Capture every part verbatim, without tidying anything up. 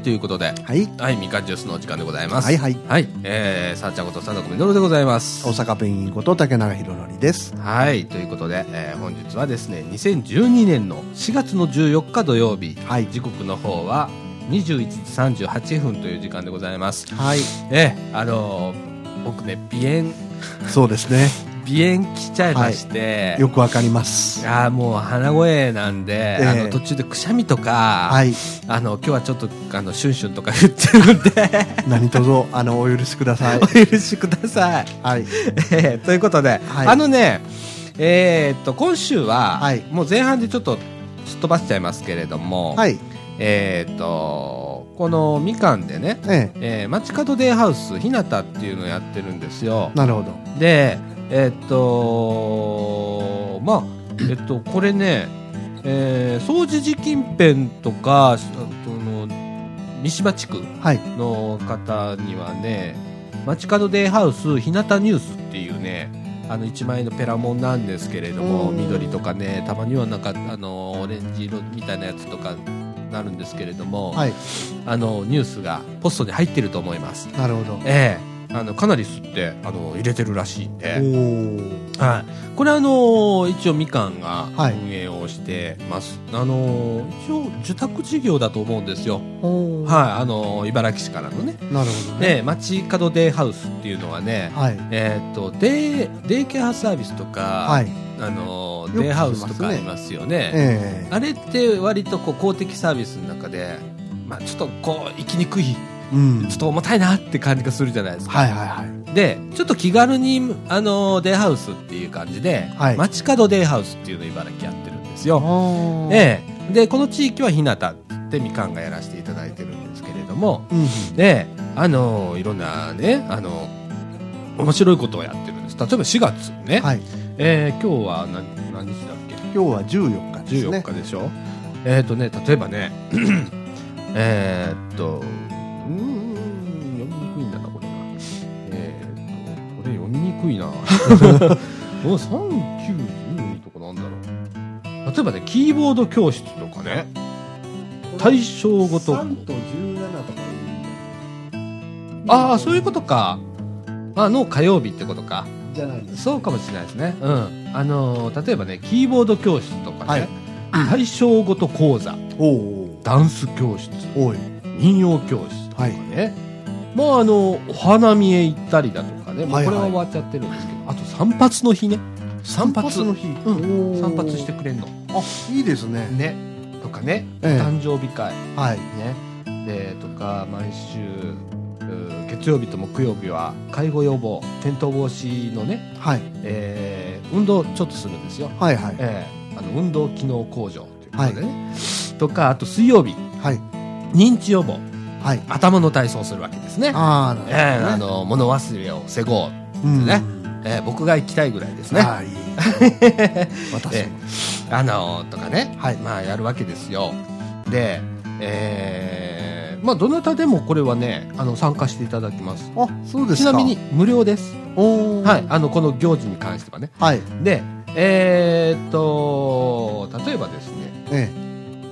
ということで、 はい、 はい、みかんジュースのお時間でございます。 はいはい、 はい、えー、さあちゃんこと佐藤みのるでございます。 大阪ペンギンこと竹永宏典です。 はい、ということで、えー、本日はですねにせんじゅうにねんのしがつのじゅうよっか土曜日、はい、時刻の方はにじゅういちじさんじゅうはっぷんという時間でございます。 はい、 えー、あのー、僕ね鼻炎そうですね鼻炎きちゃいまして、 はい、よくわかります。 いやもう鼻声なんで、えー、あの途中でくしゃみとか、はい、あの今日はちょっとあのシュンシュンとか言ってるんで何卒あのお許しください。 お許しください。はい、えー、ということで、はい、あのね、えー、っと今週は、はい、もう前半でちょっとすっ飛ばしちゃいますけれども、はい、えー、っとこのみかんでね、えええー、街角デイハウスひなたっていうのをやってるんですよ。 なるほど。 でえー、っとまあえっとこれね、えー、総除寺近辺とかその三島地区の方にはね、はい、街角デイハウスひなたニュースっていうねあのいちまいのペラモンなんですけれども、緑とかねたまにはなんかあのオレンジ色みたいなやつとかなるんですけれども、はい、あのニュースがポストに入ってると思います。 なるほど。 ええーあのかなり吸ってあの入れてるらしいんで、はい、これあの一応みかんが運営をしてます、はい、あの一応受託事業だと思うんですよ。はい、あの茨城市からのね。 なるほどね。 で街角デイハウスっていうのはね、はい、えー、っとデイ、デイケアサービスとか、はい、あのデイハウスとかありますよね、えー、あれって割とこう公的サービスの中で、まあ、ちょっとこう行きにくいうん、ちょっと重たいなって感じがするじゃないですか。 はいはいはい、 でちょっと気軽にあのデイハウスっていう感じで、はい、街角デイハウスっていうのを茨城やってるんですよ。ええ、でこの地域はひなたってみかんがやらせていただいてるんですけれども、うん、であのいろんなねあの面白いことをやってるんです。例えばしがつね、はい、えー、今日は 何, 何日だっけ。 今日はじゅうよっかですね。 じゅうよっかでしょ。えっ、ー、とね例えばねえっとうーん読みにくいんだなこれな。えー、っとこれ読みにくいな。もうさん、きゅう、じゅうとかなんだろう。例えばねキーボード教室とかね対象ごとさんとじゅうななとかいるんだ。ああそういうことか。あの火曜日ってことか。 じゃないですか。 そうかもしれないですね。うん。あのー、例えばねキーボード教室とかね、はい、対象ごと講座、おダンス教室、おい民謡教室とかね、はい、まああのお花見へ行ったりだとかね、まあ、これは終わっちゃってるんですけど、はいはい、あと散髪の日ね。散髪の日、うん、散髪してくれんの。 あいいですね。 ねとかね、ええ、誕生日会、はいね、でとか毎週月曜日と木曜日は介護予防転倒防止のね、はいえー、運動ちょっとするんですよ。はいはいえー、あの運動機能向上ということでね、はい、とかあと水曜日、はい、認知予防、はい、頭の体操をするわけですね。あ、なるほどね。えー、あの物忘れを防ごうってね、うんえー、僕が行きたいぐらいですね。あいい私も、えー、あのとかね、はいまあ、やるわけですよ。で、えーまあ、どなたでもこれはねあの参加していただきます。 あそうですか。 ちなみに無料です。お、はい、あのこの行事に関してはね、はい、で、えー、っと例えばですね、ええ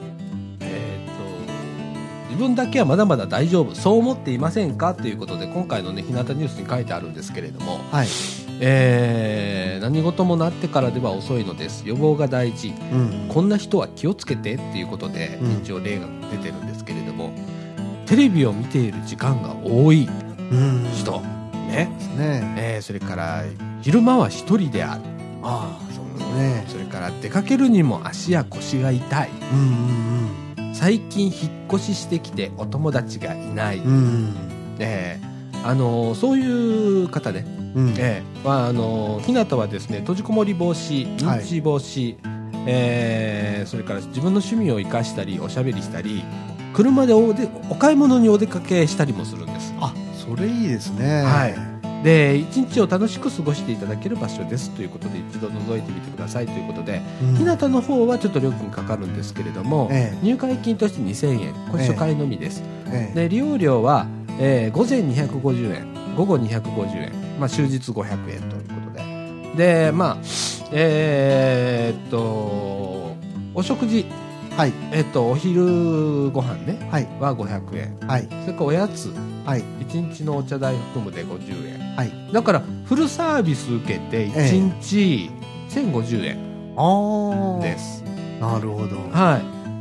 自分だけはまだまだ大丈夫そう思っていませんかということで今回のねひなたニュースに書いてあるんですけれども、はいえー、何事もなってからでは遅いのです予防が大事、うん、こんな人は気をつけてっていうことで、うん、一応例が出てるんですけれどもテレビを見ている時間が多い人、うん、ね, ね、えー、それから昼間は一人である。ああそうですね。それから出かけるにも足や腰が痛い、うんうんうん、最近引っ越ししてきてお友達がいない、うんえーあのー、そういう方ね、うんえーまああのー、ひなたはですね閉じこもり防止認知防止、はいえー、それから自分の趣味を生かしたりおしゃべりしたり車で お, でお買い物にお出かけしたりもするんです。 あそれいいですね。 はいで一日を楽しく過ごしていただける場所ですということで一度覗いてみてくださいということで、うん、日向の方はちょっと料金かかるんですけれども、ええ、入会金としてにせんえんこれ初回のみです、ええ、で利用料は、えー、午前にひゃくごじゅうえん午後にひゃくごじゅうえん、まあ、終日ごひゃくえんということででまあえー、っとお食事はい。 えっと、お昼ご飯ね、 はい。 はごひゃくえん。 はい。 それからおやつ、 はい。 いちにちのお茶代含むでごじゅうえん。 はい。 だから、フルサービス受けて、いちにちせんごじゅうえんああ。 です。 なるほど。 はい。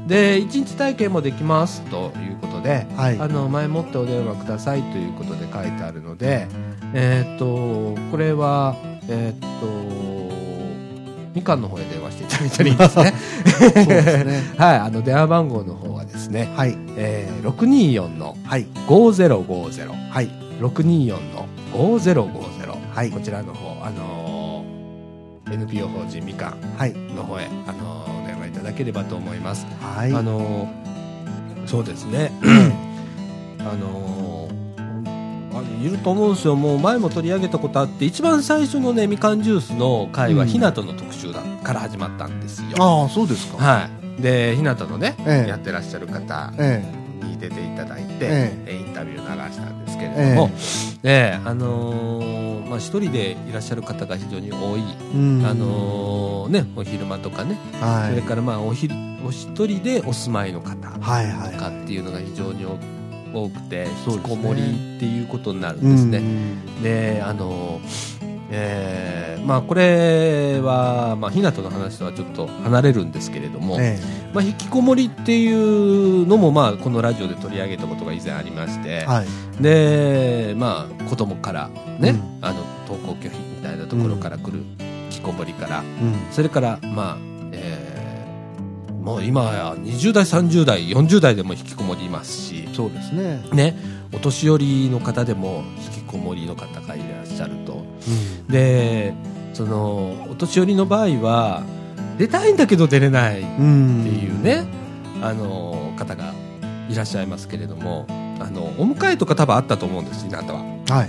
で、いちにち体験もできますということで、 はい。 あの、前もってお電話くださいということで書いてあるので、えーっと、これは、えーっと、みかんの方へ電話していただいたらいいですね。 そうですね。 はい、あの、電話番号の方はですね、 はい。 えー、ろくにーよんのはい。 ごゼロごゼロ。 はい。 ろくにーよんのごゼロごゼロ。 はい。 こちらの方、あのー、エヌピーオー 法人みかんはい。 の方へ、あのー、お電話いただければと思います。 はい。 あのー、そうですね。あのー、いると思うんですよ。もう前も取り上げたことあって、一番最初のねみかんジュースの回は、うん、日向の特集だから始まったんですよ。 ああ、そうですか。 はい。で、日向のね、ええ、やってらっしゃる方に出ていただいて、ええ、インタビュー流したんですけれども、えええ、あのー、まあ一人でいらっしゃる方が非常に多い、あのー、ね、お昼間とかね、はい、それからまあおひお一人でお住まいの方とかっていうのが非常に多く多くて、引きこもりっていうことになるんですね。で、あの、えー、まあこれは、まあ、日向の話とはちょっと離れるんですけれども、えーまあ、引きこもりっていうのも、まあ、このラジオで取り上げたことが以前ありまして、はい、で、まあ、子供からね、うん、あの登校拒否みたいなところから来る引きこもりから、うん、それから、まあ、もう今やにじゅう代さんじゅう代よんじゅう代でも引きこもりいますし、 そうですね。 ね、お年寄りの方でも引きこもりの方がいらっしゃると、うん、でそのお年寄りの場合は出たいんだけど出れないっていうね、うん、あの方がいらっしゃいますけれども、あのお迎えとか多分あったと思うんです、あなたは。はい。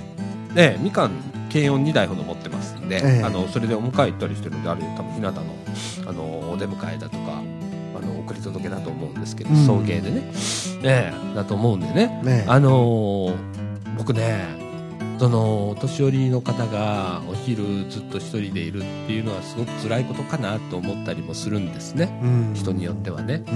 で、みかん軽音にだいほど持ってますんで、ええ、あのそれでお迎え行ったりしてるんで、あれ多分日向のあのお出迎えだとか送り届けだと思うんですけど、うん、送迎でね、ねだと思うんでね、ねあのー、僕ね、そのお年寄りの方がお昼ずっと一人でいるっていうのはすごく辛いことかなと思ったりもするんですね、うん、人によってはね、うん、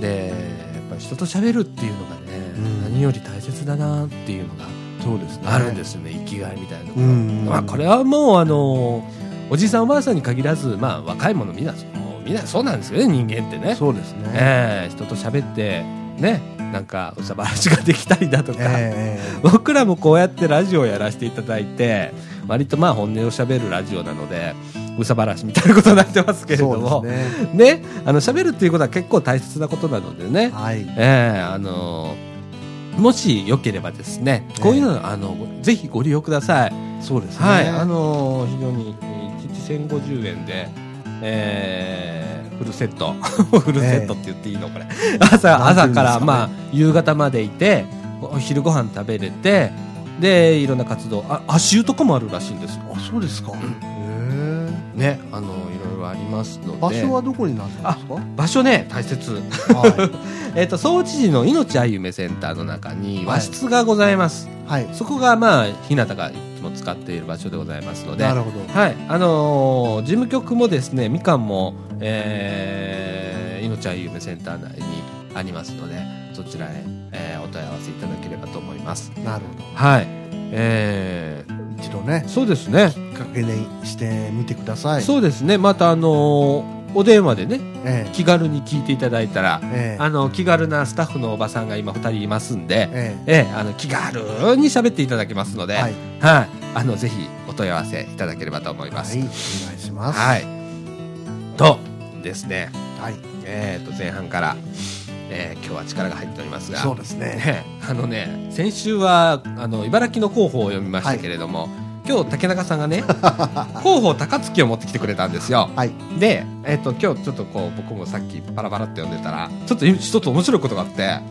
でやっぱり人と喋るっていうのがね、うん、何より大切だなっていうのがそうですね、あるんですよね、生きがいみたいなのが、うんまあ、これはもうあのおじさんおばあさんに限らず、まあ、若い者みんなみんなそうなんですよね、人間ってね。そうですね、えー、人と喋ってね、なんかうさばらしができたりだとか、えー、僕らもこうやってラジオをやらせていただいて、割とまあ本音を喋るラジオなのでうさばらしみたいなことになってますけれども、ねね、あの喋るっていうことは結構大切なことなのでね、はいえー、あのもしよければですね、こういうの、あのぜひご利用ください。そうですね、はい、あの非常にいちにちせんごじゅうえんでえー、フルセットフルセットって言っていいのこれ、えー、朝, 朝から、ねまあ、夕方までいてお昼ご飯食べれて、でいろんな活動、あ足湯とかもあるらしいんですよ。あ、そうですか、うん、へーね、あのいろいろありますので。場所はどこになるんですか？場所ね、大切、はいえと総知事の命あゆめセンターの中に和室がございます、はい、そこがまあ日向がも使っている場所でございますので、なるほど、はい、あのー、事務局もですね、みかんも、えー、命あゆめセンター内にありますので、そちらへ、えー、お問い合わせいただければと思います。なるほど、はい、えー、一度ね、そうですね、きっかけにしてみてください。そうですね、またあのーお電話でね、ええ、気軽に聞いていただいたら、ええ、あの気軽なスタッフのおばさんが今ふたりいますんで、ええええ、あの気軽に喋っていただけますので、はいはい、あのぜひお問い合わせいただければと思います。はい、お願いします。はい、とですね、はい、えー、と前半から、えー、今日は力が入っておりますが、そうですね、ね、あのね、先週はあの茨城の広報を読みましたけれども、はい、今日竹中さんがね広報高槻を持ってきてくれたんですよ、はい、で、えー、と今日ちょっとこう僕もさっきパラパラって読んでたらちょっと一つ面白いことがあって、はい、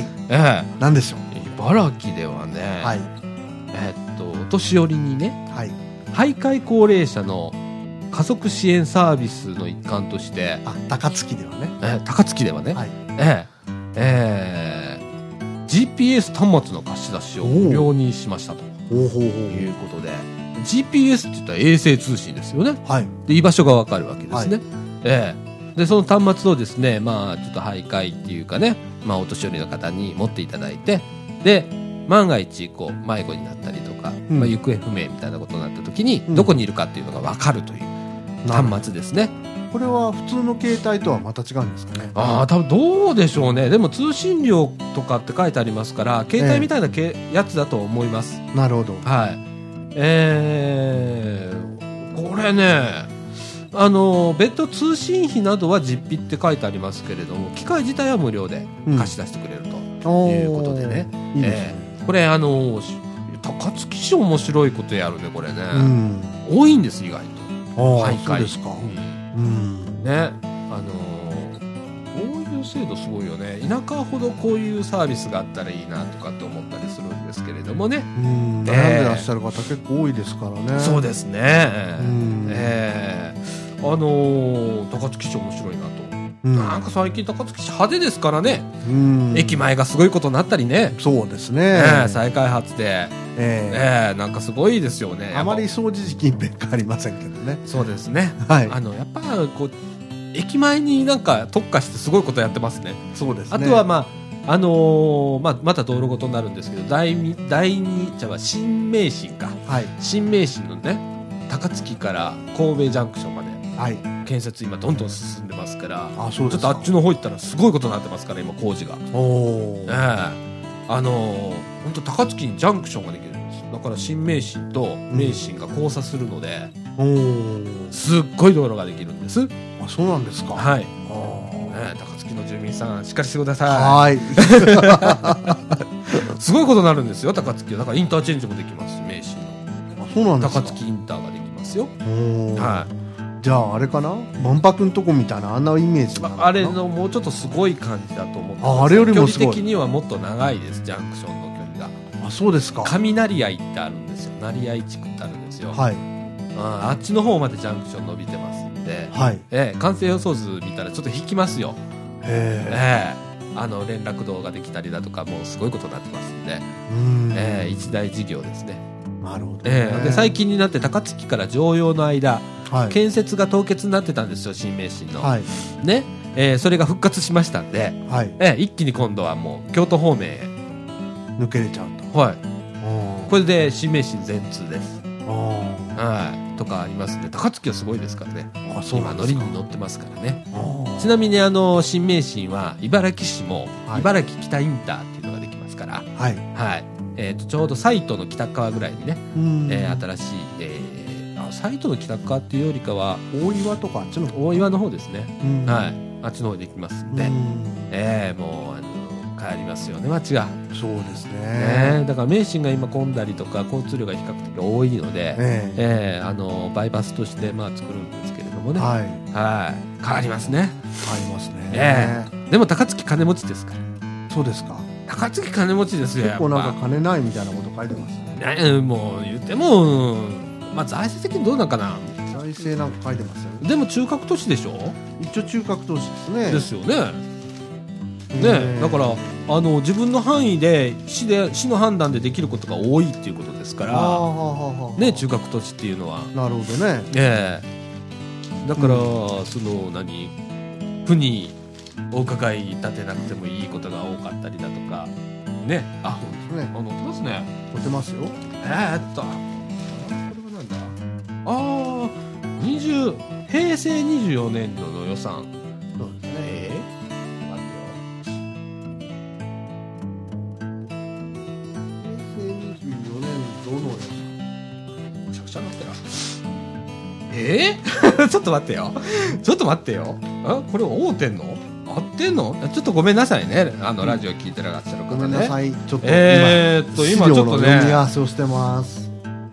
えー、何でしょう。茨城ではね、はい、えー、とお年寄りにね、はい、徘徊高齢者の家族支援サービスの一環として、あ、高槻ではね、えー、高槻ではね、はい、えーえー、ジーピーエス 端末の貸し出しを無料にしましたということで、ジーピーエス って言ったら衛星通信ですよね、はい、で居場所が分かるわけですね、はい、えでその端末をですね、まあ、ちょっと徘徊っていうかね、まあ、お年寄りの方に持っていただいて、で万が一こう迷子になったりとか、うん、まあ、行方不明みたいなことになった時に、うん、どこにいるかっていうのが分かるという端末ですね。 これは普通の携帯とはまた違うんですかね。 ああ、多分どうでしょうね。でも通信料とかって書いてありますから携帯みたいなけ、えー、やつだと思います。 なるほど。 はい。えー、これね、あの別途通信費などは実費って書いてありますけれども、機械自体は無料で貸し出してくれるということでね、 うん、いいですね。 えー、これあの高槻市面白いことやるねこれね、うん、多いんです意外と。 ああ、そうですか。うん、 ね、あのこういう制度すごいよね。田舎ほどこういうサービスがあったらいいなとかって思ったりするんですけれどもね。 うん、悩んでらっしゃる方結構多いですからね。 そうですね。うん、えー、あのー、高槻市面白いなと。うん、なんか最近高槻市派手ですからね、うん、駅前がすごいことになったりね。 そうですね、 えー、再開発で、えーえー、なんかすごいですよね。 あまり掃除時期に変わりませんけどね。 そうですね、 はい、 あのやっぱこう駅前になんか特化してすごいことやってますね。 そうですね。 あとはまああのー、まあ、また道路ごとになるんですけど、第二第二じゃあ新名神か、はい、新名神のね高槻から神戸ジャンクションまで、はい、建設今どんどん進んでますから、あ、そうですか。ちょっとあっちの方行ったらすごいことになってますから今工事が。お、えー、あのー、本当高槻にジャンクションができるんですよ。だから新名神と名神が交差するので、うん、すっごい道路ができるんです。 あ、そうなんですか。 はい。あ、ね、高槻の住民さんしっかりしてください。 はい。 すごいことになるんですよ高槻は。だからインターチェンジもできますし、名神の。 あ、そうなんですか。 高槻インターができますよ。 はい。じゃああれかな、万博のとこみたいなあんなイメージなのかな。 あれのもうちょっとすごい感じだと思ってます。 あ、あれよりもすごい。 距離的にはもっと長いです、ジャンクションの距離が。 あ、そうですか。 雷合ってあるんですよ。成合地区ってあるんですよ。はい。あ, あっちの方までジャンクション伸びてますんで、はい、えー、完成予想図見たらちょっと引きますよ。へ、えー、あの連絡道ができたりだとかもうすごいことになってますんで、うん、えー、一大事業ですね。 なるほどね。 えー、で最近になって高槻から常陽の間、はい、建設が凍結になってたんですよ、新名神の、はい、ね、えー、それが復活しましたんで、はい、えー、一気に今度はもう京都方面へ抜けれちゃうと。 はい、これで新名神全通です。はい、とかありますね。高槻はすごいですからね。あ、そうなんですか。今乗りに乗ってますからね。ちなみにあの新名神は茨城市も、はい、茨城北インターっていうのができますから、はい、はい、えー、とちょうど西都の北側ぐらいにね、えー、新しい、えー、あ、西都の北側っていうよりかは大岩とかあっちの方、大岩の方ですね。はい、あっちの方でできますんで、えー、もうあの変わりますよね、街が。 そうです ね, ね。だから名神が今混んだりとか交通量が比較的多いので、えーえー、あのバイパスとしてまあ作るんですけれどもね、はい、はい、変わりますね。 変わりますね、 えー、でも高槻金持ちですから。 そうですか。 高槻金持ちですよ。 結構なんか金ないみたいなこと書いてますね。 ね、もう言っても、まあ、財政的にどうなんかな。 財政なんか書いてますよね。 でも中核都市でしょ。 一応中核都市ですね。 ですよね。ね、だからあの自分の範囲で 市, で市の判断でできることが多いっていうことですから、ね、中核都市っていうのは。 なるほどね。 えー、だから、うん、その何府にお伺い立てなくてもいいことが多かったりだとかね。あ、そうですね。あ、乗ってますね。 乗ってますよ。 えー、っとこれはなんだ。ああ、にじゅう平成にじゅうよねんどの予算。 そうですね。えーえー、ちょっと待ってよちょっと待ってよ。あ、これ合うてんの合ってんの。ちょっとごめんなさいね、あのラジオ聞いてらっしゃる方ね。ごめんなさい、 ちょっと今、 えー、っと今ちょっとね読み合わせをしてます。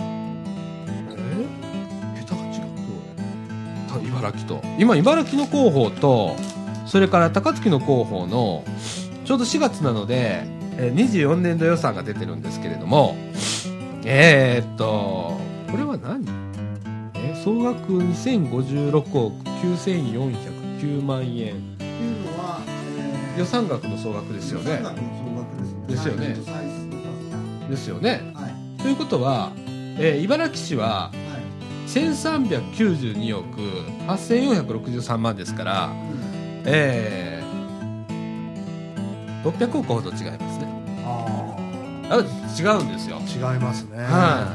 えー、桁が違う。茨城と今茨城の広報とそれから高槻の広報のちょうどしがつなので、えー、にじゅうよねんど予算が出てるんですけれども、えー、っとこれは何、総額にせんごじゅうろくおくきゅうせんよんひゃくきゅうまんえんっていうのは、えー、予算額の総額ですよね。予算額の総額ですよね。ですよね、はい、ということは、えー、茨城市はせんさんびゃくきゅうじゅうにおくはっせんよんひゃくろくじゅうさんまんですから、うん、えー、ろっぴゃくおくほど違いますね。ああ、違うんですよ。 違いますね。 はい、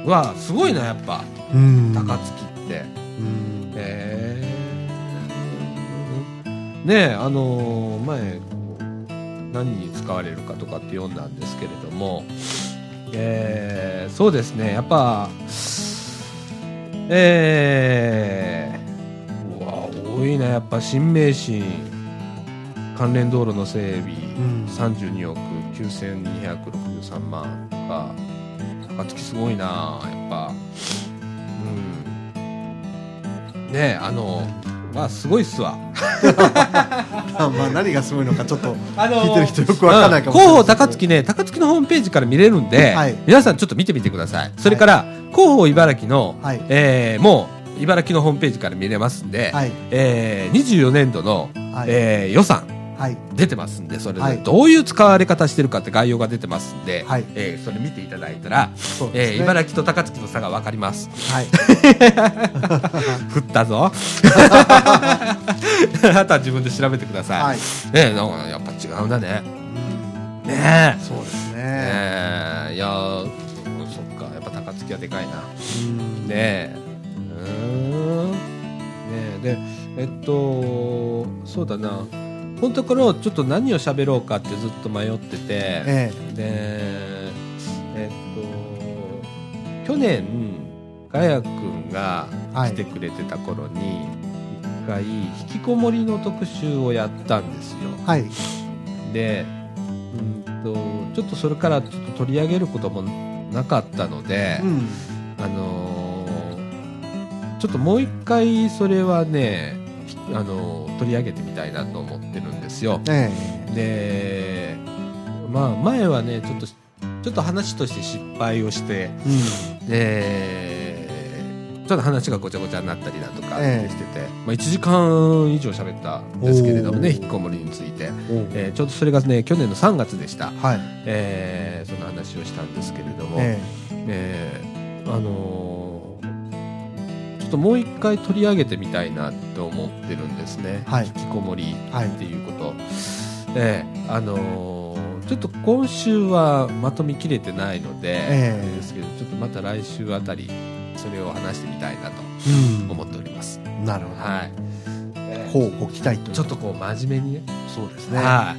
わあ、すごいなやっぱ、うん、高槻って。うん、えー、ねえ、あのー、前何に使われるかとかって読んだんですけれども、えー、そうですね、やっぱえー、うわ多いな、やっぱ新名神関連道路の整備、うん、さんじゅうにおくきゅうせんにひゃくろくじゅうさんまんとか、高槻すごいなやっぱ、うん、ねえ、あのまあすごいっすわまあまあ何がすごいのかちょっと聞いてる人よくわからないかもしれない、 うん、広報高槻ね、高槻のホームページから見れるんで、はい、皆さんちょっと見てみてください。それから、はい、広報茨城の、はい、えー、もう茨城のホームページから見れますんで、はい、えー、にじゅうよねんどの、はい、えー、予算出てますんで、それでどういう使われ方してるかって概要が出てますんで、はい、えー、それ見ていただいたら、ね、えー、茨城と高槻の差が分かります。はい、振ったぞあとは自分で調べてください、はい、ね、なんかやっぱ違うんだね、うん、ねえ、 そうですね、 ねえ、いやそっか、やっぱ高槻はでかいな、うん、ねえ、うーん、ねえ、でえっとそうだな、本当からちょっと何を喋ろうかってずっと迷ってて、ええ、でえっと去年ガヤ君が来てくれてた頃に、はい、一回引きこもりの特集をやったんですよ。はい、で、うんとちょっとそれからちょっと取り上げることもなかったので、うん、あのー、ちょっともう一回それはね、あの取り上げてみたいなと思ってるんですよ、ええ、で、まあ、前はねちょっとちょっと話として失敗をして、うん、でちょっと話がごちゃごちゃになったりだとかしてて、えまあ、いちじかん以上喋ったんですけれどもね、引きこもりについて、えー、ちょうどそれがね去年のさんがつでした、はい、えー、その話をしたんですけれども、えええー、あのーちょっともう一回取り上げてみたいなと思ってるんですね、はい、引きこもりっていうこと、はい、えー、あのー、ちょっと今週はまとめきれてないので、えー、ですけどちょっとまた来週あたりそれを話してみたいなと思っております、うん、 なるほど、 はい、 えー、こうご期待とちょっとこう真面目にね、 そうですね、 はい、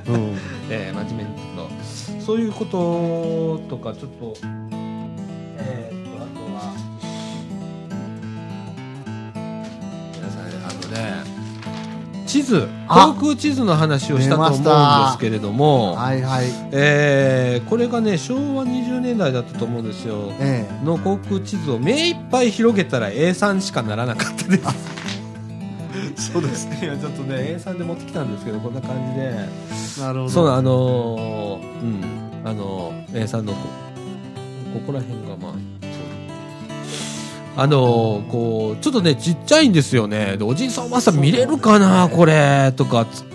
うん、えー、真面目にちょっとそういうこととかちょっと、えー地図、航空地図の話をしたと思うんですけれども、はいはい、えー、これがねしょうわにじゅうねんだいだったと思うんですよ、えー、の航空地図を目いっぱい広げたら エースリー しかならなかったですそうですね、いやちょっとね エースリー で持ってきたんですけどこんな感じで、なるほど、そうあのー、うんあの エースリー の こ, ここら辺がまああのー、こうちょっとねちっちゃいんですよね。でおじいさんおばあさん見れるかな、ね、これとかっつって、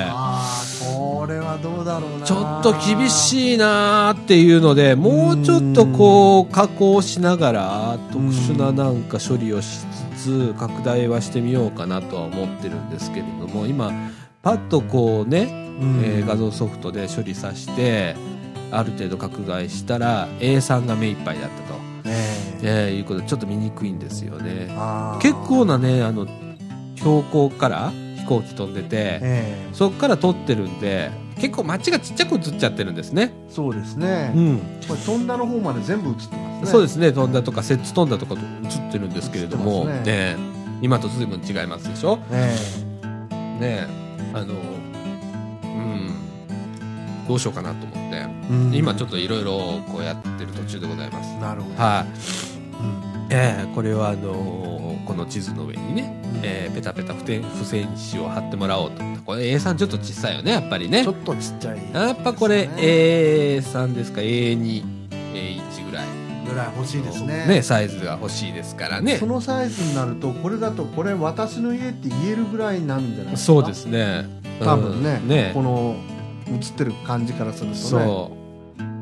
あこれはどうだろうな、 ちょっと厳しいなっていうのでもうちょっとこう加工しながら特殊ななんか処理をしつつ拡大はしてみようかなとは思ってるんですけれども、今パッとこうね、えー、画像ソフトで処理させてある程度拡大したら エースリー が目いっぱいだったと、えーえー、いうことでちょっと見にくいんですよね。結構なねあの標高から飛行機飛んでて、えー、そこから撮ってるんで結構街がちっちゃく映っちゃってるんですね。 そうですね、うん、これ飛んだの方まで全部映ってますね。 そうですね、飛んだとか摂津飛んだとか映ってるんですけれども、ねね、今と随分違いますでしょ、えー、ねあのうんどうしようかなと思って、うん、今ちょっといろいろこうやってる途中でございます。 なるほど、 はい、えー、これはあのー、この地図の上にね、うんえー、ペタペタ付箋紙を貼ってもらおうと。これ エースリー ちょっと小さいよねやっぱりね。 ちょっとちっちゃい、ね、 やっぱこれ エースリー ですか エーツー、エーワン ぐらいぐらい欲しいですね。 ねサイズが欲しいですからね。 そのサイズになるとこれだとこれ私の家って言えるぐらいになるんじゃないですか。 そうですね、 多分ね、うん、ねこの映ってる感じからするとね。 そう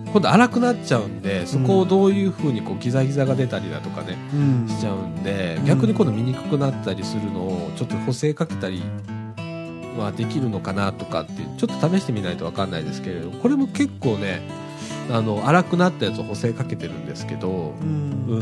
今度荒くなっちゃうんで、そこをどういう風にこうギザギザが出たりだとかね、うん、しちゃうんで、逆に今度見にくくなったりするのをちょっと補正かけたりはできるのかなとかっていう、ちょっと試してみないと分かんないですけれど、これも結構ね、あの荒くなったやつを補正かけてるんですけど、うん、うん、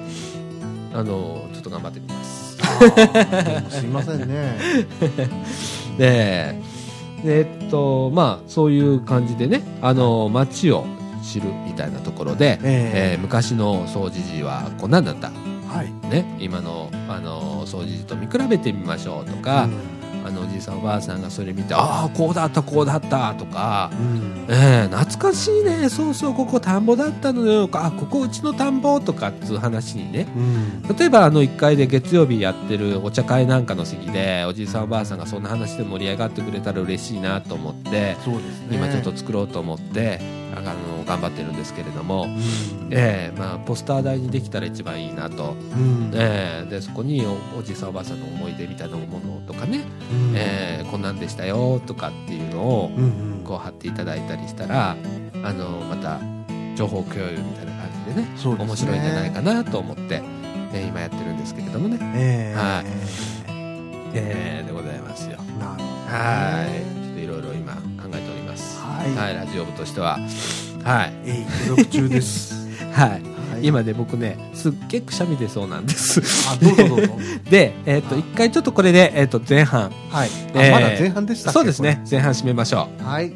あのちょっと頑張ってみます。 すいませんね。 で、えっとまあそういう感じでね、あの街を知るみたいなところで、えーえー、昔の総持寺はこんなんだった、はいね、今のあの総持寺と見比べてみましょうとか、うん、あのおじいさんおばあさんがそれ見て、ああこうだったこうだったとか、うんえー、懐かしいね、そうそうここ田んぼだったのよ、あここうちの田んぼとかっていう話にね、うん、例えばあのいっかいで月曜日やってるお茶会なんかの席でおじいさんおばあさんがそんな話で盛り上がってくれたら嬉しいなと思って、そうですね、今ちょっと作ろうと思ってあの頑張ってるんですけれども、うんえーまあ、ポスター台にできたら一番いいなと、うんえー、でそこに お, おじいさんおばあさんの思い出みたいなものとかね、うんえー、こんなんでしたよとかっていうのをこう貼っていただいたりしたら、あのまた情報共有みたいな感じで ね, でね面白いんじゃないかなと思って、えー、今やってるんですけれどもね、えーはいえー、でございますよ。なるほど、はいちょっといろいろ今考えております。はい、はい、ラジオ部としてははい、 えー、努力中です。 はい、はい、今ね僕ねすっげえくしゃみ出そうなんです。 あどうぞどうぞ。 でえっ、ー、と一回ちょっとこれでえっ、ー、と前半はい、えー、まだ前半でしたっけ。 そうですね、前半締めましょう。 はい。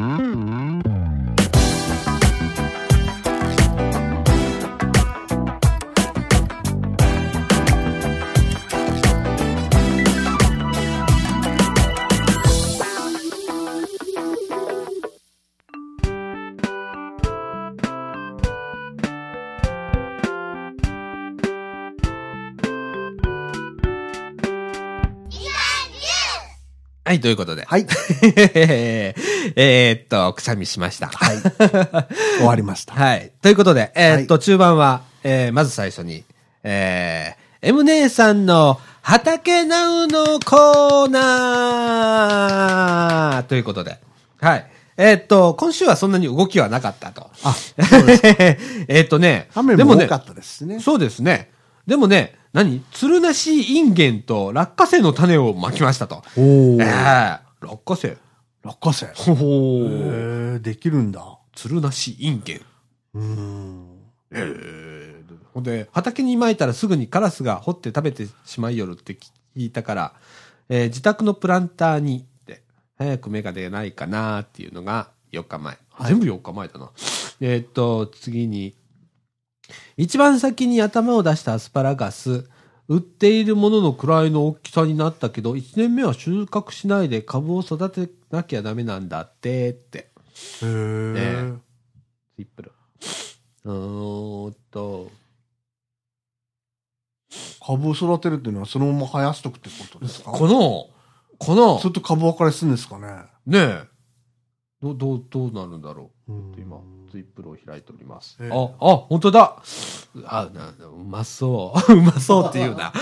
はい、ということで。 はい。 えーっと、くしゃみしました。 はい。終わりました。 はい。ということで、えー、っと、はい、中盤は、えー、まず最初に、えー、M 姉さんの畑ナウのコーナーということで、はい。えー、っと、今週はそんなに動きはなかったと。 あ、そうですか。えーっとね、 雨も多かったですね。 そうですね。でもね、何つるなしインゲンと落花生の種をまきましたと。おー。えー、落花生。 落花生。 ほほー。えー、できるんだ。 つるなしインゲン。うーん。えー。ほんで、畑に撒いたらすぐにカラスが掘って食べてしまいよるって聞いたから、えー、自宅のプランターにって、早く芽が出ないかなっていうのがよっかまえ。はい、全部よっかまえだな。えー、っと、次に、一番先に頭を出したアスパラガス、売っているもののくらいの大きさになったけど、いちねんめは収穫しないで株を育てなきゃダメなんだってって。へー。ね、ツイップル。うーんと。 株を育てるっていうのはそのまま生やしとくってことですか？ この、この。 ずっと株分かれするんですかね。 ねえ。どう、どう、どうなるんだろう。今。ツイップルを開いております。えー、あ、あ、本当だ。あ、な、うまそう。うまそうって言うな。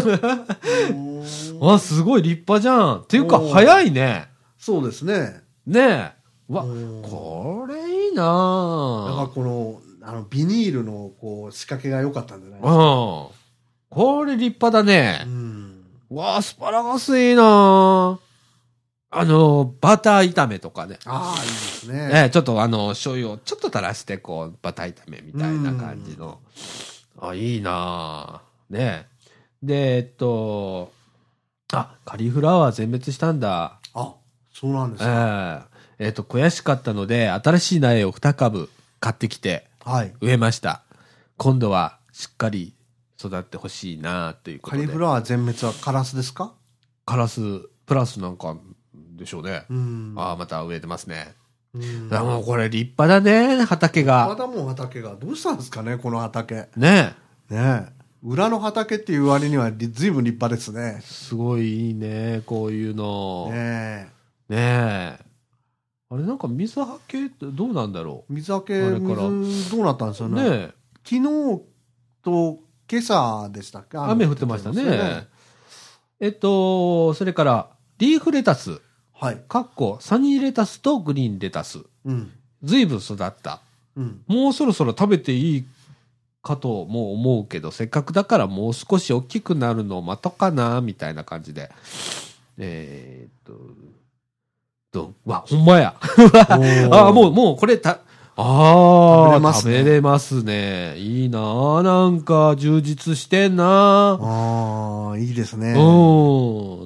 あ、すごい立派じゃん。っていうか、早いね。 そうですね。 ねえ。わ、これいいなぁ。 なんかこの、あの、ビニールの、こう、仕掛けが良かったんじゃないですか。 うん。これ立派だね。うん。わ、アスパラガスいいなぁ。あの、バター炒めとかね。 ああ、いいですね。 ね、ちょっとあの、醤油をちょっと垂らして、こう、バター炒めみたいな感じの。あ、いいなぁ。ね。で、えっと、あ、カリフラワー全滅したんだ。 あ、そうなんですか。 えー、えっと、悔しかったので、新しい苗をに株買ってきて、はい。植えました。今度はしっかり育ってほしいなということで。 カリフラワー全滅はカラスですか？ カラス、プラスなんか、でしょうね。うん。ああ、また植えてますね。うん。もうこれ立派だね、畑が。 立派だもん、畑が。どうしたんですかね、この畑。 ねえ。ねえ。裏の畑っていう割には随分立派ですね。 すごいいいね、こういうの。 ねえ。ねえ。あれなんか水はけってどうなんだろう。水はけ、水どうなったんですよね。ねえ。昨日と今朝でしたっけ？ 雨降ってましたね。えっと、それから、リーフレタス。はい。かっこ、サニーレタスとグリーンレタス。うん。随分育った。 うん、もうそろそろ食べていいかとも思うけど、せっかくだからもう少し大きくなるのを待とうかな、みたいな感じで。えー、っと、と、わ、ほんまや。あ、もう、もうこれた、ああ、食べれますね。いいなぁ。なんか、充実してんなぁ。ああ、いいですね。 うん。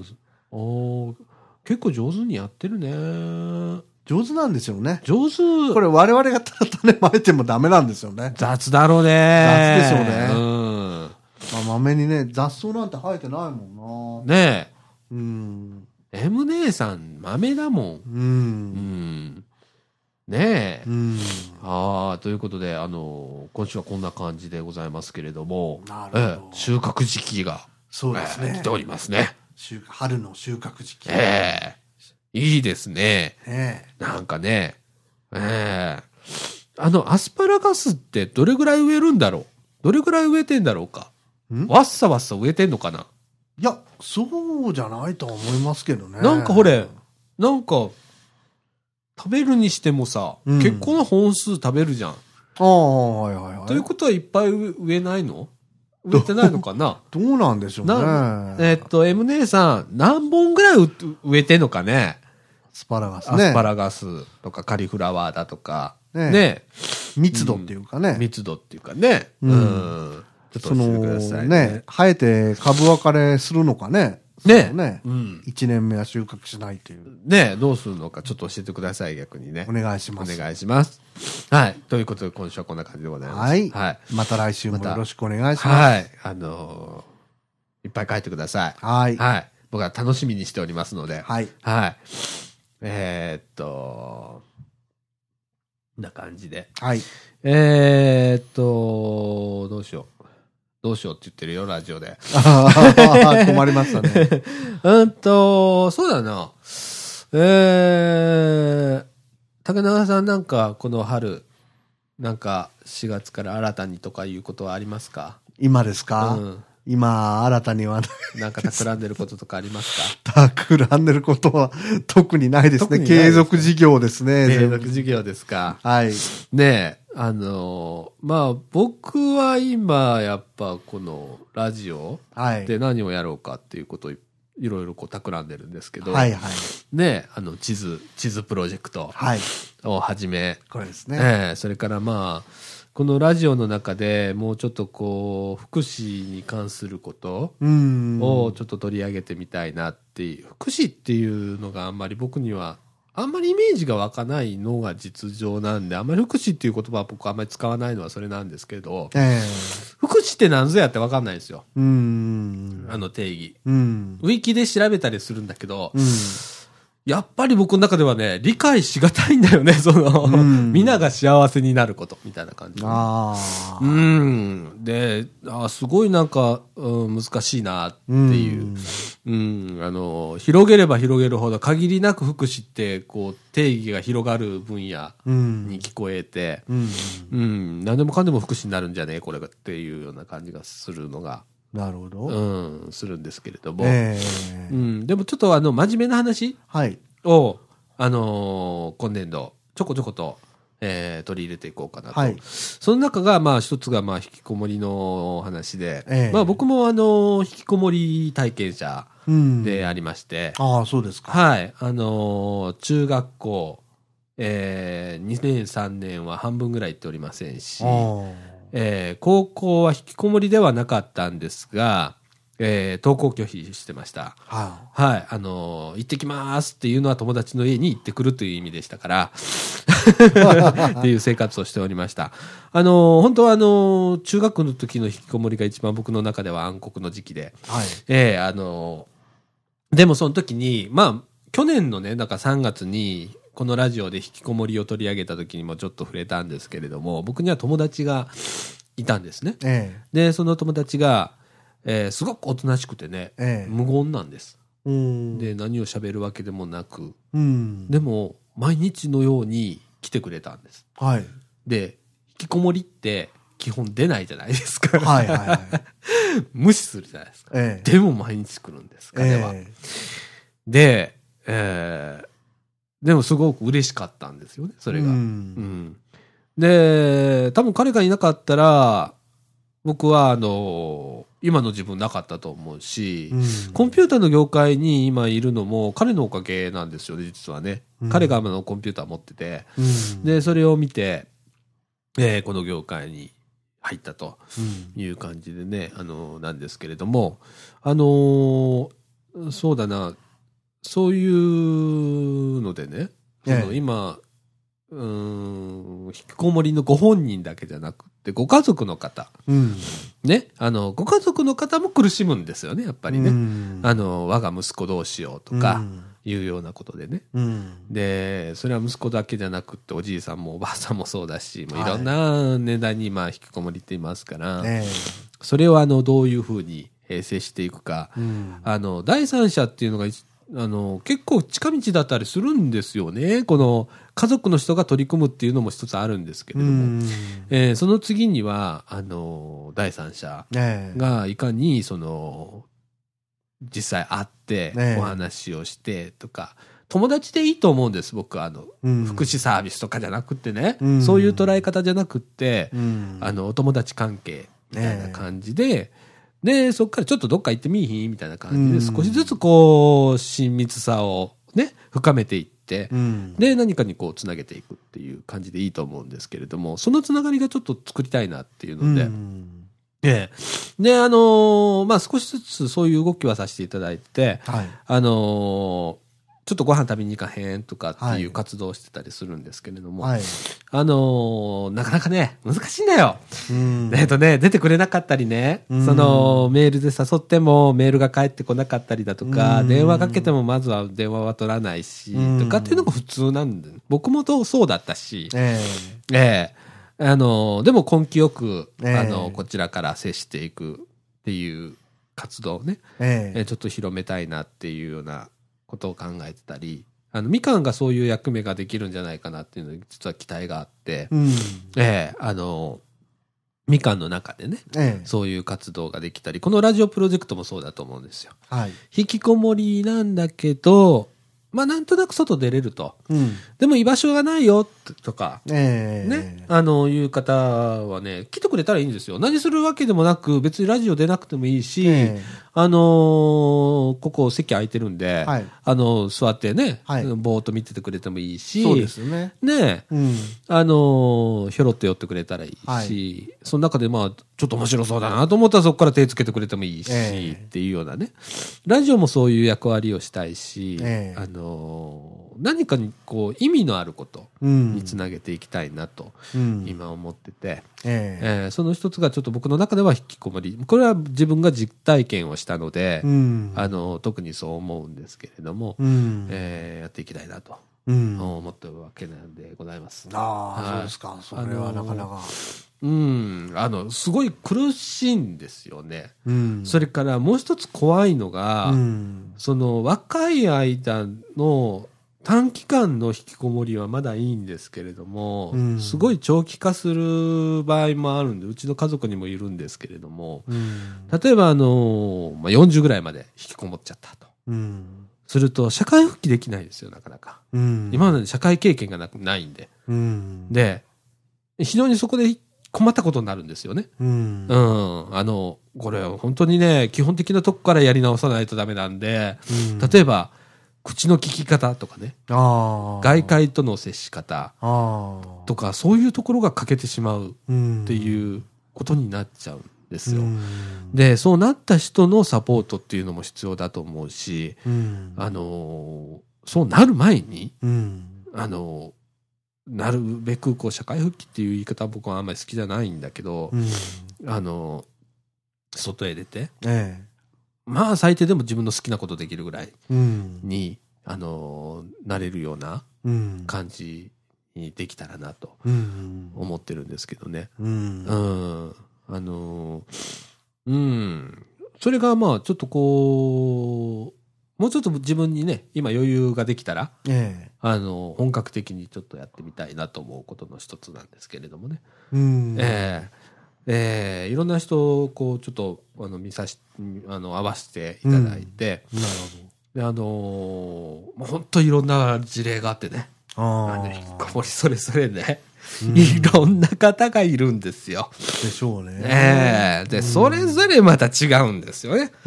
お結構上手にやってるね。 上手なんですよね。 上手。 これ我々がただ種まいてもダメなんですよね。 雑だろうね。 雑ですよね。 うん。 まあ、まめにね、雑草なんて生えてないもんな。ねえ。 うん。 M 姉さん、豆だもん。うん。うんねえ。うん。ああ、ということで、あの、今週はこんな感じでございますけれども、 なるほど。 ええ、収穫時期が、 そうですね。 えー、来ておりますね。 春の収穫時期。 ええいいですね。 ええなんかね、ええあの、アスパラガスってどれぐらい植えるんだろうどれぐらい植えてんだろうかわっさわっさ植えてんのかないや、そうじゃないと思いますけどね。 なんかほれ、なんか、食べるにしてもさ、うん、結構な本数食べるじゃん。ああ、はいはいはい。 ということはいっぱい植えないの植えてないのかなどうなんでしょうね。 えー、っと、M 姉さん、何本ぐらい植えてんのかねアスパラガスね。 アスパラガスとかカリフラワーだとか。ね。 ね密度っていうかね、うん。 密度っていうかね。うん。うんちょっと教えてくださいね。 ね、生えて株分かれするのかね。 ね。 ね。うん。一年目は収穫しないという。 ねどうするのかちょっと教えてください、逆にね。 お願いします。 お願いします。はい。ということで、今週はこんな感じでございます。 はい。はい。また来週もよろしくお願いします。 はい。あのー、いっぱい書いてください。 はい。 はい。僕は楽しみにしておりますので。 はい。 はい。えー、っと、こんな感じで。 はい。 えー、っと、どうしよう。どうしようって言ってるよ、ラジオで。 困りましたね。 うんと、そうだな。えー、竹永さんなんかこの春、なんかしがつから新たにとかいうことはありますか？ 今ですか？うん。今、新たにはなんか企んでることとかありますか？企んでることは特にないですね。継続事業ですね。 継続事業ですか。 はい。 ねえ、あのー、まあ僕は今やっぱこのラジオで何をやろうかっていうことをいろいろこう企んでるんですけど、 はいはい。 ねえ、あの地図、地図プロジェクトをはじめ、 これですね。 ええ、それからまあ、このラジオの中でもうちょっとこう福祉に関することをちょっと取り上げてみたいなっていう、福祉っていうのがあんまり僕にはあんまりイメージが湧かないのが実情なんで、あんまり福祉っていう言葉は僕あんまり使わないのはそれなんですけど、えー、福祉って何ぞやって分かんないんですよ。うんあの定義。うんウィキで調べたりするんだけど、うんやっぱり僕の中ではね、理解しがたいんだよね、その、うん、みんなが幸せになること、みたいな感じ。ああ。うん。で、あすごいなんか、うん、難しいなっていう、うん。うん、あの、広げれば広げるほど、限りなく福祉って、こう、定義が広がる分野に聞こえて、うん。うん、何でもかんでも福祉になるんじゃねえ、これがっていうような感じがするのが。 なるほど。 うん、するんですけれども。えー、うん、でもちょっとあの、真面目な話はい。を、あのー、今年度、ちょこちょこと、えー、取り入れていこうかなと。はい。その中が、まあ、一つが、まあ、引きこもりの話で、えー、まあ、僕もあのー、引きこもり体験者でありまして。 ああ、そうですか。 はい。あのー、中学校、えー、にねん、さんねんは半分ぐらい行っておりませんし、えー、高校は引きこもりではなかったんですが、えー、登校拒否してました。はあ、はい。あのー、行ってきますっていうのは友達の家に行ってくるという意味でしたから、っていう生活をしておりました。あのー、本当はあのー、中学の時の引きこもりが一番僕の中では暗黒の時期で、はい。えー、あのー、でもその時に、まあ、去年のね、なんかさんがつに、このラジオで引きこもりを取り上げた時にもちょっと触れたんですけれども、僕には友達がいたんですね。ええ、で、その友達が、えー、すごくおとなしくてね、ええ、無言なんです。で、何を喋るわけでもなく、うん、でも、毎日のように来てくれたんです。はい。で、引きこもりって基本出ないじゃないですか。はいはいはい。無視するじゃないですか。ええ、でも毎日来るんです、彼は。ええ、で、えー、でもすごく嬉しかったんですよね、それが。うん。うん、 で、多分彼がいなかったら、僕は、あの、今の自分なかったと思うし、うん、コンピューターの業界に今いるのも彼のおかげなんですよね、実はね。うん、彼があのコンピューター持ってて、うん、で、それを見て、えー、この業界に入ったという感じでね、あの、なんですけれども、あのー、そうだな、そういうのでね、ええ、その今、うーん、引きこもりのご本人だけじゃなくて、ご家族の方、うん、ね、あの、ご家族の方も苦しむんですよね、やっぱりね。うん、あの、我が息子どうしようとか、いうようなことでね。うん、で、それは息子だけじゃなくて、おじいさんもおばあさんもそうだし、もういろんな年代に今引きこもりっていますから、はい、それをあの、どういうふうに接していくか、うん、あの、第三者っていうのが、あの、結構近道だったりするんですよね。この家族の人が取り組むっていうのも一つあるんですけれども、えー、その次には、あの、第三者がいかにその、実際会ってお話をしてとか、友達でいいと思うんです、僕は。あの、福祉サービスとかじゃなくってね、そういう捉え方じゃなくって、あの、お友達関係みたいな感じで、で、そこからちょっとどっか行ってみいひんみたいな感じで、少しずつこう、親密さをね、深めていって、うん、で、何かにこう、つなげていくっていう感じでいいと思うんですけれども、そのつながりがちょっと作りたいなっていうので、うん、で、で、あのー、まあ、少しずつそういう動きはさせていただいて、はい、あのー、ちょっとご飯食べに行かへんとかっていう活動をしてたりするんですけれども、はい、あのー、なかなかね、難しいんだよ。うん、えっとね、出てくれなかったりね、うん、そのメールで誘ってもメールが返ってこなかったりだとか、うん、電話かけてもまずは電話は取らないし、うん、とかっていうのが普通なんで、僕もそうだったし、えー、えー、あのー、でも根気よく、えー、あのー、こちらから接していくっていう活動をね、えー、ちょっと広めたいなっていうようなことを考えてたり、あのみかんがそういう役目ができるんじゃないかなっていうのに実は期待があって、うん、ええあのみかんの中でね、ええ、そういう活動ができたり、このラジオプロジェクトもそうだと思うんですよ。はい、引きこもりなんだけど、まあなんとなく外出れると、うん、でも居場所がないよとか、えー、ね、あのいう方はね来てくれたらいいんですよ。何するわけでもなく、別にラジオ出なくてもいいし、えー、あのー、ここ席空いてるんで、はい、あの座ってね、はい、ぼーっと見ててくれてもいいし、 そうですね。 ね、うん、あのー、ひょろっと寄ってくれたらいいし、はい、その中でまあちょっと面白そうだなと思ったらそこから手つけてくれてもいいし、えー、っていうようなね、ラジオもそういう役割をしたいし、えー、あの何かにこう意味のあることにつなげていきたいなと今思ってて、うんえーえー、その一つがちょっと僕の中では引きこもり、これは自分が実体験をしたので、うん、あの特にそう思うんですけれども、うんえー、やっていきたいなと、うん、思ってるわけなんでございます。 ああ、はい、そうですか。それはなかなか、 うん、あのすごい苦しいんですよね、うん、それからもう一つ怖いのが、うん、その若い間の短期間の引きこもりはまだいいんですけれども、うん、すごい長期化する場合もあるんで、うちの家族にもいるんですけれども、うん、例えばあの、まあ、よんじゅうぐらいまで引きこもっちゃったと、うん、すると社会復帰できないですよ、なかなか、うん、今まで社会経験が な, ないんで、うん、で非常にそこで困ったことになるんですよね。うん。うん。あの、これ本当にね、基本的なとこからやり直さないとダメなんで、うん、例えば、口の聞き方とかね、あ外界との接し方とか、そういうところが欠けてしまうっていうことになっちゃうんですよ。うん、で、そうなった人のサポートっていうのも必要だと思うし、うん、あの、そうなる前に、うん、あの、なるべくこう社会復帰っていう言い方は僕はあんまり好きじゃないんだけど、うん、あの外へ出て、ええ、まあ最低でも自分の好きなことできるぐらいに、うん、あのなれるような感じにできたらなと思ってるんですけどね。うん、うん、あのうんそれがまあちょっとこうもうちょっと自分にね、今余裕ができたら、ええ、あの、本格的にちょっとやってみたいなと思うことの一つなんですけれどもね。うん。ええええ、いろんな人をこう、ちょっと、あの、見さし、あの、合わせていただいて、うん、なるほど。で、あのー、もう本当いろんな事例があってね。 あの引きこもりそれぞれね、うん、いろんな方がいるんですよ。 でしょうね。 えー、で、うん、それぞれまた違うんですよね。うん。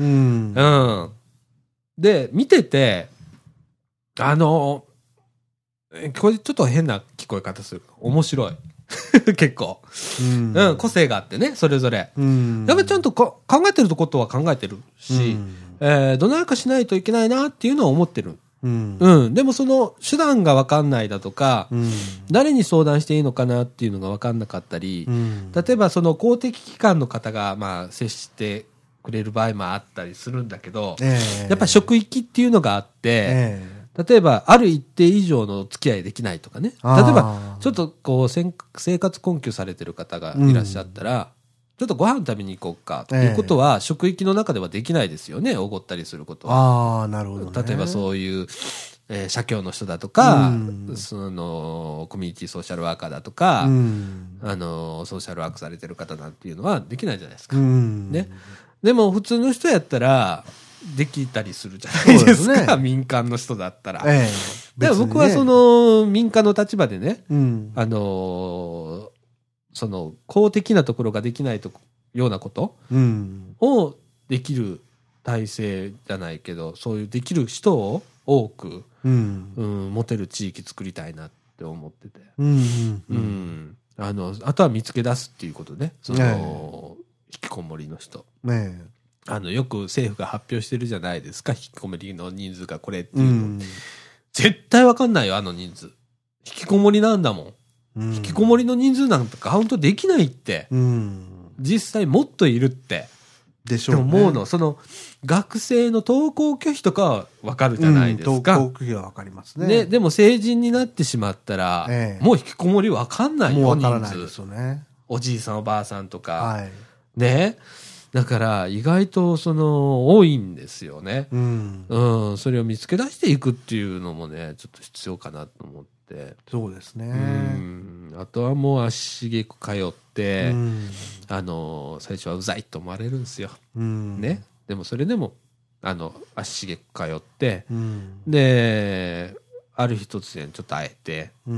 うん。で、見てて、あの、これちょっと変な聞こえ方する。面白い。結構、うんうん。個性があってね、それぞれ。うん、やっぱりちゃんと考えてることは考えてるし、うん、えー、どないかしないといけないなっていうのは思ってる。うんうん、でもその手段が分かんないだとか、うん、誰に相談していいのかなっていうのが分かんなかったり、うん、例えばその公的機関の方がまあ接してくれる場合もあったりするんだけど、えー、やっぱり職域っていうのがあって、えー、例えばある一定以上の付き合いできないとかね、例えばちょっとこう生活困窮されてる方がいらっしゃったら、うん、ちょっとご飯食べに行こうかっていうことは、職域の中ではできないですよね、おごったりすることは。 ああ、なるほど、ね。 例えばそういう、えー、社協の人だとか、うん、その、コミュニティソーシャルワーカーだとか、うん、あの、ソーシャルワークされてる方なんていうのはできないじゃないですか。うん、ね。でも普通の人やったら、できたりするじゃないですか。ですね、民間の人だったら。ええ、でも僕はその、民間の立場でね、うん、あの、その公的なところができないとようなことをできる体制じゃないけど、そういうできる人を多く、うんうん、持てる地域作りたいなって思ってて、うんうんうん、あのあとは見つけ出すっていうことね、その、ね、引きこもりの人、ね、あのよく政府が発表してるじゃないですか、引きこもりの人数がこれっていうの、うん、絶対わかんないよ、あの人数。引きこもりなんだもん。引きこもりの人数なんてカウントできないって、うん、実際もっといるってでしょうね。 思うの。その学生の登校拒否とかは分かるじゃないですか。 うん、登校拒否は分かりますね。 で、でも成人になってしまったら、ええ、もう引きこもり分かんないよ。 もう分からないですよね。 おじいさんおばあさんとか、はい、ね。だから意外とその多いんですよね。うん、うん、それを見つけ出していくっていうのもね、ちょっと必要かなと思って。 そうですね。 うん、あとはもう足しげく通って、うん、あの最初はうざいと思われるんですよ、うん、ね。でもそれでもあの足しげく通って、うん、である日突然ちょっと会えて、うん、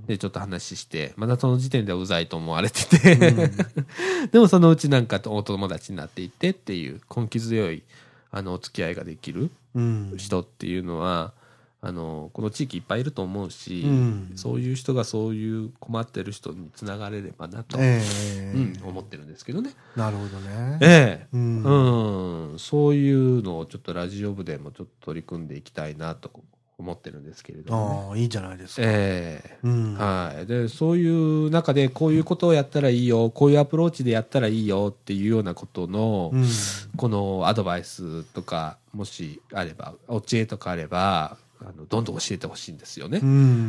でちょっと話してまだその時点ではうざいと思われてて、うん、でもそのうちなんかとお友達になっていってっていう根気強いあのお付き合いができる人っていうのは、あのこの地域いっぱいいると思うし、うん、そういう人がそういう困ってる人につながれればなと、えーうん、思ってるんですけどね。 なるほどね。 ええ、うんうん、そういうのをちょっとラジオ部でもちょっと取り組んでいきたいなと思ってるんですけれども、 ね。ああ、いいじゃないですか。 ええ、うん、はい。で、そういう中でこういうことをやったらいいよ、こういうアプローチでやったらいいよっていうようなことの、うん、このアドバイスとかもしあれば、お知恵とかあれば。あのどんどん教えてほしいんですよね。うん、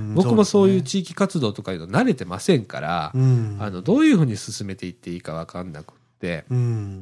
僕もそういう地域活動とかいうの慣れてませんから、うん、あのどういうふうに進めていっていいか分かんなくって、うん、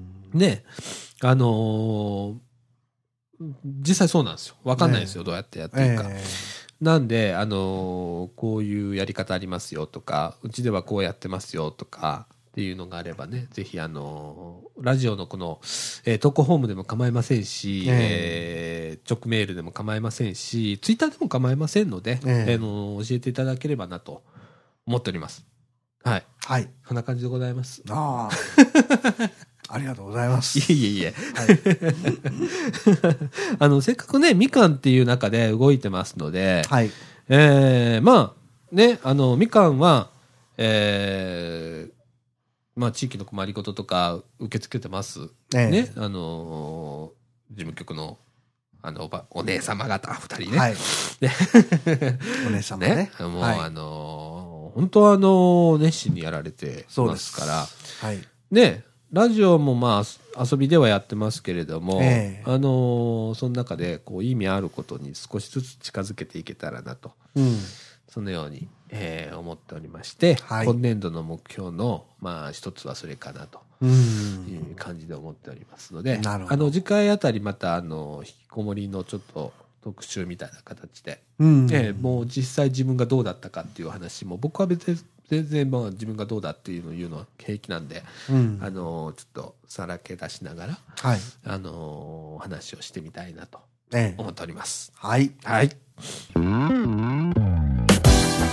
ね、あのー、実際そうなんですよ。分かんないですよ、ね、どうやってやっていいか。えー、なんで、あのー、こういうやり方ありますよとか、うちではこうやってますよとかっていうのがあればね、ぜひあのラジオのこの、えー、投稿フォームでも構いませんし、えー、直メールでも構いませんし、ツイッターでも構いませんので、えーえー、の教えていただければなと思っております。はい。はい。そんな感じでございます。 ああ。ありがとうございます。 いえいえいえ。はい、あの、せっかくね、みかんっていう中で動いてますので、はい。えー、まあ、ね、あの、みかんは、えー、まあ、地域の困りごととか受け付けてます。ええ、ね。あのー、事務局の、あの、おば、お姉様方二人ね。はい。 お姉様ね。 ねもう、はい、あのー、本当はあのー、熱心にやられてますから。はい。ね。ラジオもまあ、遊びではやってますけれども、ええ、あのー、その中で、こう、意味あることに少しずつ近づけていけたらなと。うん。そのように、えー、思っておりまして、はい、今年度の目標の、まあ、一つはそれかなという感じで思っておりますので、あの次回あたりまたあの引きこもりのちょっと特集みたいな形で、うんえー、もう実際自分がどうだったかっていう話も僕は別に全然まあ自分がどうだっていうのを言うのは平気なんで、うん、あのちょっとさらけ出しながら、はい、あの話をしてみたいなと思っております。 ええ、はい、 はい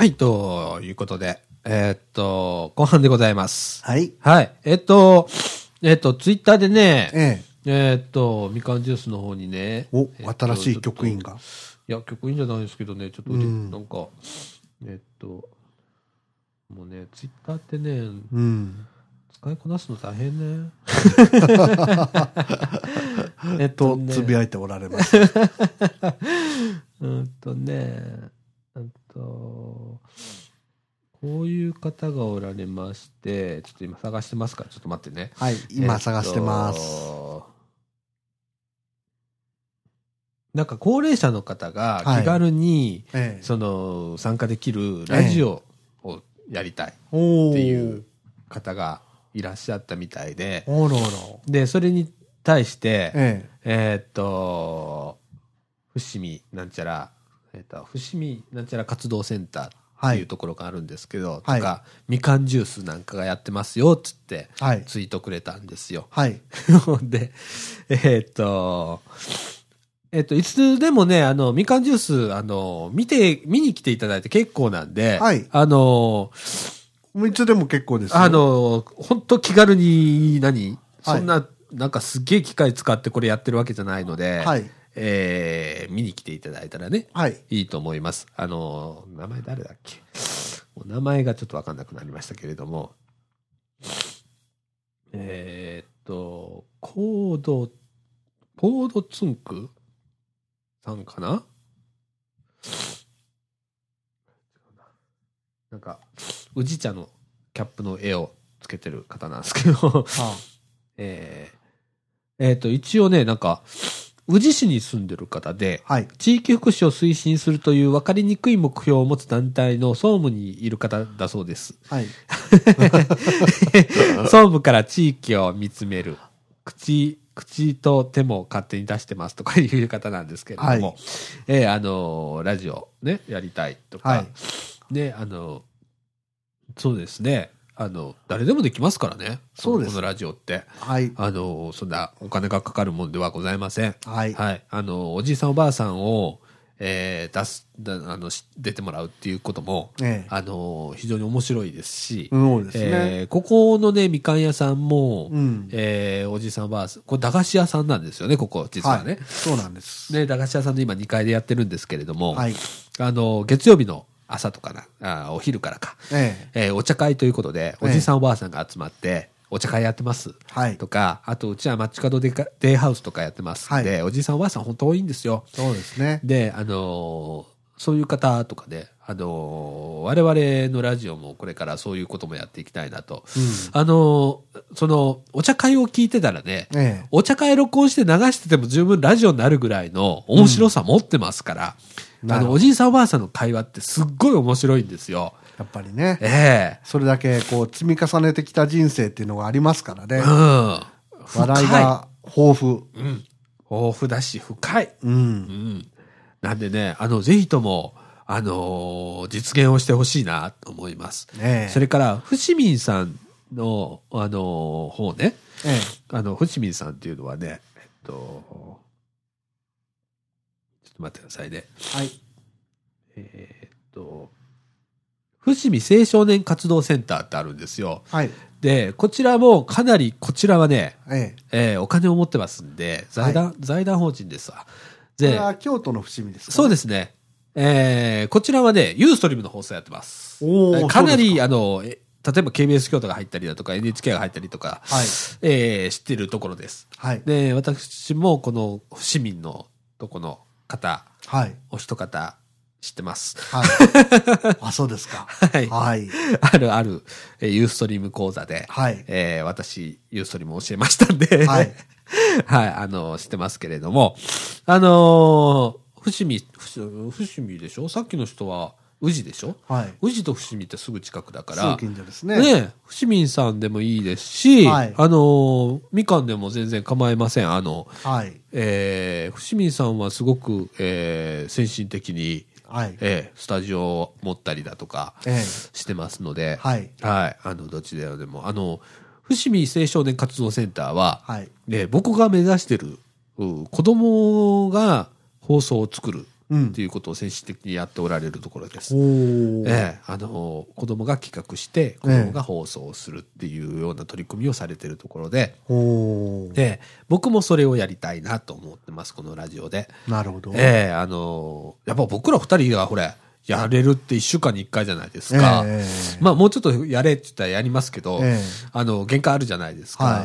はい、ということで、えー、っと、後半でございます。 はい。 はい。えー、っと、えー、っと、ツイッターでね、 えええー、っと、みかんジュースの方にね、 お、新しい局員が。 いや、局員じゃないですけどね、ちょっと、うん、なんか、えー、っと、もうね、ツイッターってね、 うん、 使いこなすの大変ね。 えっと、つぶやいておられます。 うんとね、うんと、こういう方がおられまして、ちょっと今探してますから、ちょっと待ってね。 はい、今探してます。 なんか高齢者の方が気軽に、はい、その参加できるラジオをやりたいっていう方がいらっしゃったみたいで、 おろおろでそれに対して、えええー、っと伏見なんちゃら、えー、っと伏見なんちゃら活動センターっていうところがあるんですけど、はい、とかみかんジュースなんかがやってますよっつってツイートくれたんですよ。 はい、 でえー、っとえっと、いつでもね、あの、みかんジュース、あの、見て、見に来ていただいて結構なんで、 はい、 あの、 いつでも結構ですよ。 あの、本当気軽に何、はい、そんな、なんかすげえ機械使ってこれやってるわけじゃないので、はい、えー、見に来ていただいたらね、はい、いいと思います。あの、名前誰だっけ？もう名前がちょっとわかんなくなりましたけれども、えー、っと、コード、コードツンクさんかな？なんか、宇治茶のキャップの絵をつけてる方なんですけど、はあ、えー、えー、と、一応ね、なんか、宇治市に住んでる方で、はい、地域福祉を推進するという分かりにくい目標を持つ団体の総務にいる方だそうです。はい、総務から地域を見つめる、口、口と手も勝手に出してますとかいう方なんですけれども、はい、えー、あの、ラジオね、やりたいとか、はい、で、あの、そうですね、あの、誰でもできますからね。そうです。このラジオって。はい。あの、そんなお金がかかるもんではございません。はい。はい。あの、おじいさんおばあさんを、えー、出す、あの、出てもらうっていうことも、ええ、あの、非常に面白いですし、 そうですね。 えー、ここのね、みかん屋さんも、うん、えー、おじいさんおばあさん、これ駄菓子屋さんなんですよね、ここ、実はね。はい、 そうなんです。 ね、駄菓子屋さんの今にかいでやってるんですけれども、はい。あの、月曜日の朝とかな、あお昼からか、えええー、お茶会ということで、おじいさんおばあさんが集まって、お茶会やってます。はい。とか、あと、うちは街角デイ、デイハウスとかやってますんで、はい、おじいさんおばあさん本当多いんですよ。 そうですね。 で、あのー、そういう方とかで、あのー、我々のラジオもこれからそういうこともやっていきたいなと。うん、あのー、その、お茶会を聞いてたらね、ええ、お茶会録音して流してても十分ラジオになるぐらいの面白さ持ってますから、うん、あの、おじいさんおばあさんの会話ってすっごい面白いんですよ。 やっぱりね。 ええ。 それだけこう積み重ねてきた人生っていうのがありますからね。うん。笑いが豊富。 うん。豊富だし、深い。うん。うん。なんでね、あの、ぜひとも、あのー、実現をしてほしいなと思います。ね、それから、伏見さんの、あのー、方ね。ええ、あの、伏見さんっていうのはね、えっと、ちょっと待ってくださいね。はい。えー、っと、伏見青少年活動センターってあるんですよ。はい。で、こちらもかなり、こちらはね、えええー、お金を持ってますんで、財団、はい、財団法人ですわ。 で、これは京都の伏見ですかね。 そうですね。えー、こちらはね、ユーストリームの放送やってます。おかなり、あの、例えば ケービーエス 京都が入ったりだとか エヌエイチケー が入ったりとか、はい、えー、知ってるところです。はい。で、私もこの伏見のとこの方、はい、お一方、知ってます。 はい。あ、そうですか。 はい。はい。あるある、えー、ユーストリーム講座で、はい。えー、私、ユーストリーム教えましたんで、はい。はい、あの、知ってますけれども、あのー、伏見、伏見でしょ？さっきの人は、宇治でしょ？はい。宇治と伏見ってすぐ近くだから、 すぐ近所ですね。 ね、伏見さんでもいいですし、はい。あのー、みかんでも全然構いません。あの、はい。えー、伏見さんはすごく、えー、先進的に、はい、ええ、スタジオを持ったりだとかしてますので、ええ、はい、はい、あのどちらでもあの伏見青少年活動センターは、はい、ね、僕が目指してる子供が放送を作るっていうことを先進的にやっておられるところです。うんええ、あの子供が企画して子供が放送するっていうような取り組みをされているところで、ええ、僕もそれをやりたいなと思ってます、このラジオで。なるほど。ええ、あのやっぱ僕ら二人がほれやれるって一週間に一回じゃないですか。えー、まあもうちょっとやれって言ったらやりますけど、えー、あの限界あるじゃないですか。はい、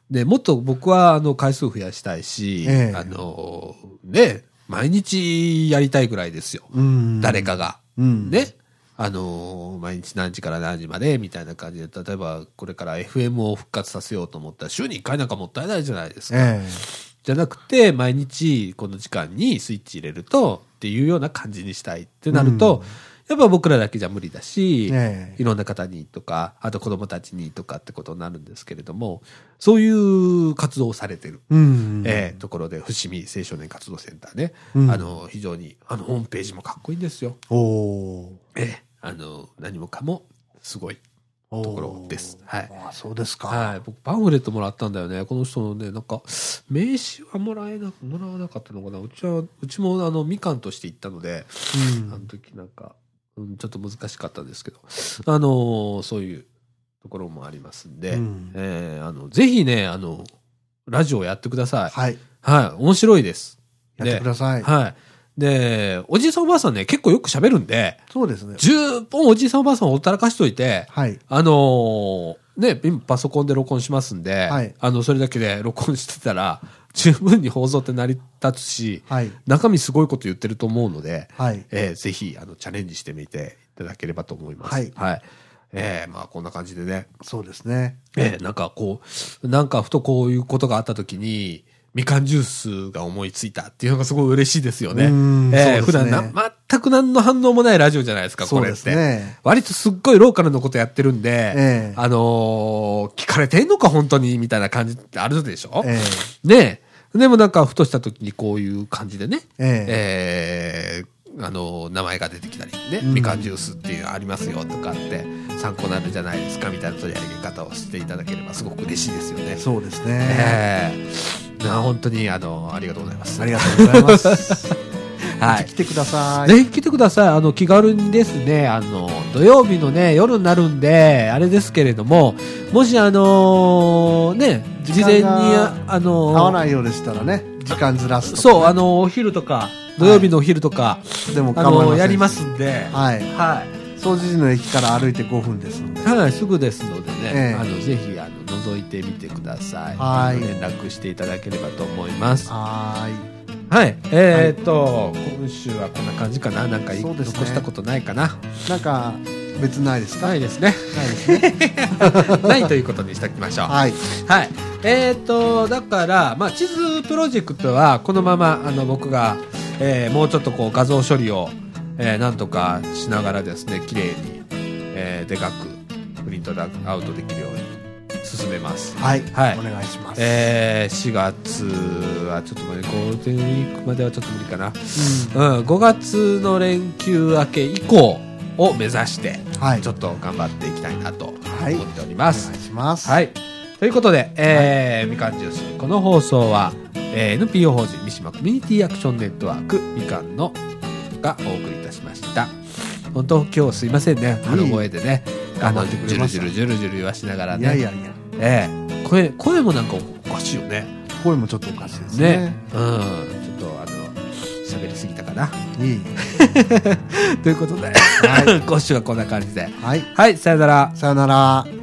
でもっと僕はあの回数増やしたいし、えー、あのね。毎日やりたいぐらいですよ。誰かが。ね。あのー、毎日何時から何時までみたいな感じで、例えばこれから エフエム を復活させようと思ったら週にいっかいなんかもったいないじゃないですか。えー、じゃなくて、毎日この時間にスイッチ入れるとっていうような感じにしたいってなると、やっぱ僕らだけじゃ無理だし、えー、いろんな方にとか、あと子供たちにとかってことになるんですけれども、そういう活動をされてる、うんえー、ところで、伏見青少年活動センターね、うん、あの、非常に、あの、ホームページもかっこいいんですよ。おえー、あの、何もかもすごいところです。はい。 あ、そうですか。 はい。僕、パンフレットもらったんだよね。この人のね、なんか、名刺はもらえな、もらわなかったのかな。うちは、うちもあの、みかんとして行ったので、うん、あの時なんか、うん、ちょっと難しかったですけど、あのー、そういうところもありますんで、うん、えー、あの、ぜひね、あの、ラジオやってください。はい。はい。面白いです。 やってください。 はい。で、おじいさんおばあさんね、結構よく喋るんで、 そうですね。 十分おじいさんおばあさんをほったらかしといて、はい。あのー、ね、今パソコンで録音しますんで、はい。あの、それだけで録音してたら、十分に放送って成り立つし、はい、中身すごいこと言ってると思うので、はい、えー、ぜひあのチャレンジしてみていただければと思います。はい。はい、えー、まあこんな感じでね。 そうですね。 えー、なんかこう、なんかふとこういうことがあったときに、みかんジュースが思いついたっていうのがすごい嬉しいですよね。うんえー、普段な、全く何の反応もないラジオじゃないですか、これって。そうですね。割とすっごいローカルのことやってるんで、えー、あのー、聞かれてんのか本当にみたいな感じってあるでしょ、えー、ねえ。でもなんかふとした時にこういう感じでね、えー、えー、あの名前が出てきたりね、うん、みかんジュースっていうのありますよとかって参考になるじゃないですかみたいな取り上げ方をしていただければすごく嬉しいですよね。 そうですね。 えー、な本当にあのありがとうございます。 ありがとうございます。はい、来てください。 ぜひ来てください。あの気軽にですね、あの土曜日のね夜になるんであれですけれども、もしあのー、ね事前にあのー、 合わないようでしたらね時間ずらすとか、 ね、そうあのー、お昼とか土曜日のお昼とか、はい、でもあのー、やりますんで、 はいはい。総除寺の駅から歩いてごふんですので、 はいすぐですのでね、えー、あのぜひあの覗いてみてください。はい。連絡していただければと思います。はい。はい。えー、っと、はい、今週はこんな感じかな。なんか残したことないかな。 なんか別ないですか？ ないですね。ないですね。ないということにしておきましょう。はい。はい。えー、っと、だから、まあ、地図プロジェクトはこのまま、あの、僕が、えー、もうちょっとこう画像処理を、えー、なんとかしながらですね、綺麗に、えー、でかくプリントアウトできるように進めます。 はい、はい、お願いします。 えー、しがつはちょっとまでゴールデンウィークまではちょっと無理かな、うんうん、ごがつの連休明け以降を目指して、はい、ちょっと頑張っていきたいなと思っております。 はい、お願いします。 はい、ということで、えーはい、みかんジュース、この放送は、えー、エヌピーオー 法人三島コミュニティアクションネットワークみかんのがお送りいたしました。本当今日すいませんね、鼻声でね、あのジュルジュルジュルジュルジュル言わしながらね、いやいやいや、えー、声声もなんかおかしいよね。 声もちょっとおかしいですね。 ね、うん、ちょっとあの喋りすぎたかな。いいということで、はい、今週はこんな感じで、はい、はい、さよなら。 さよなら。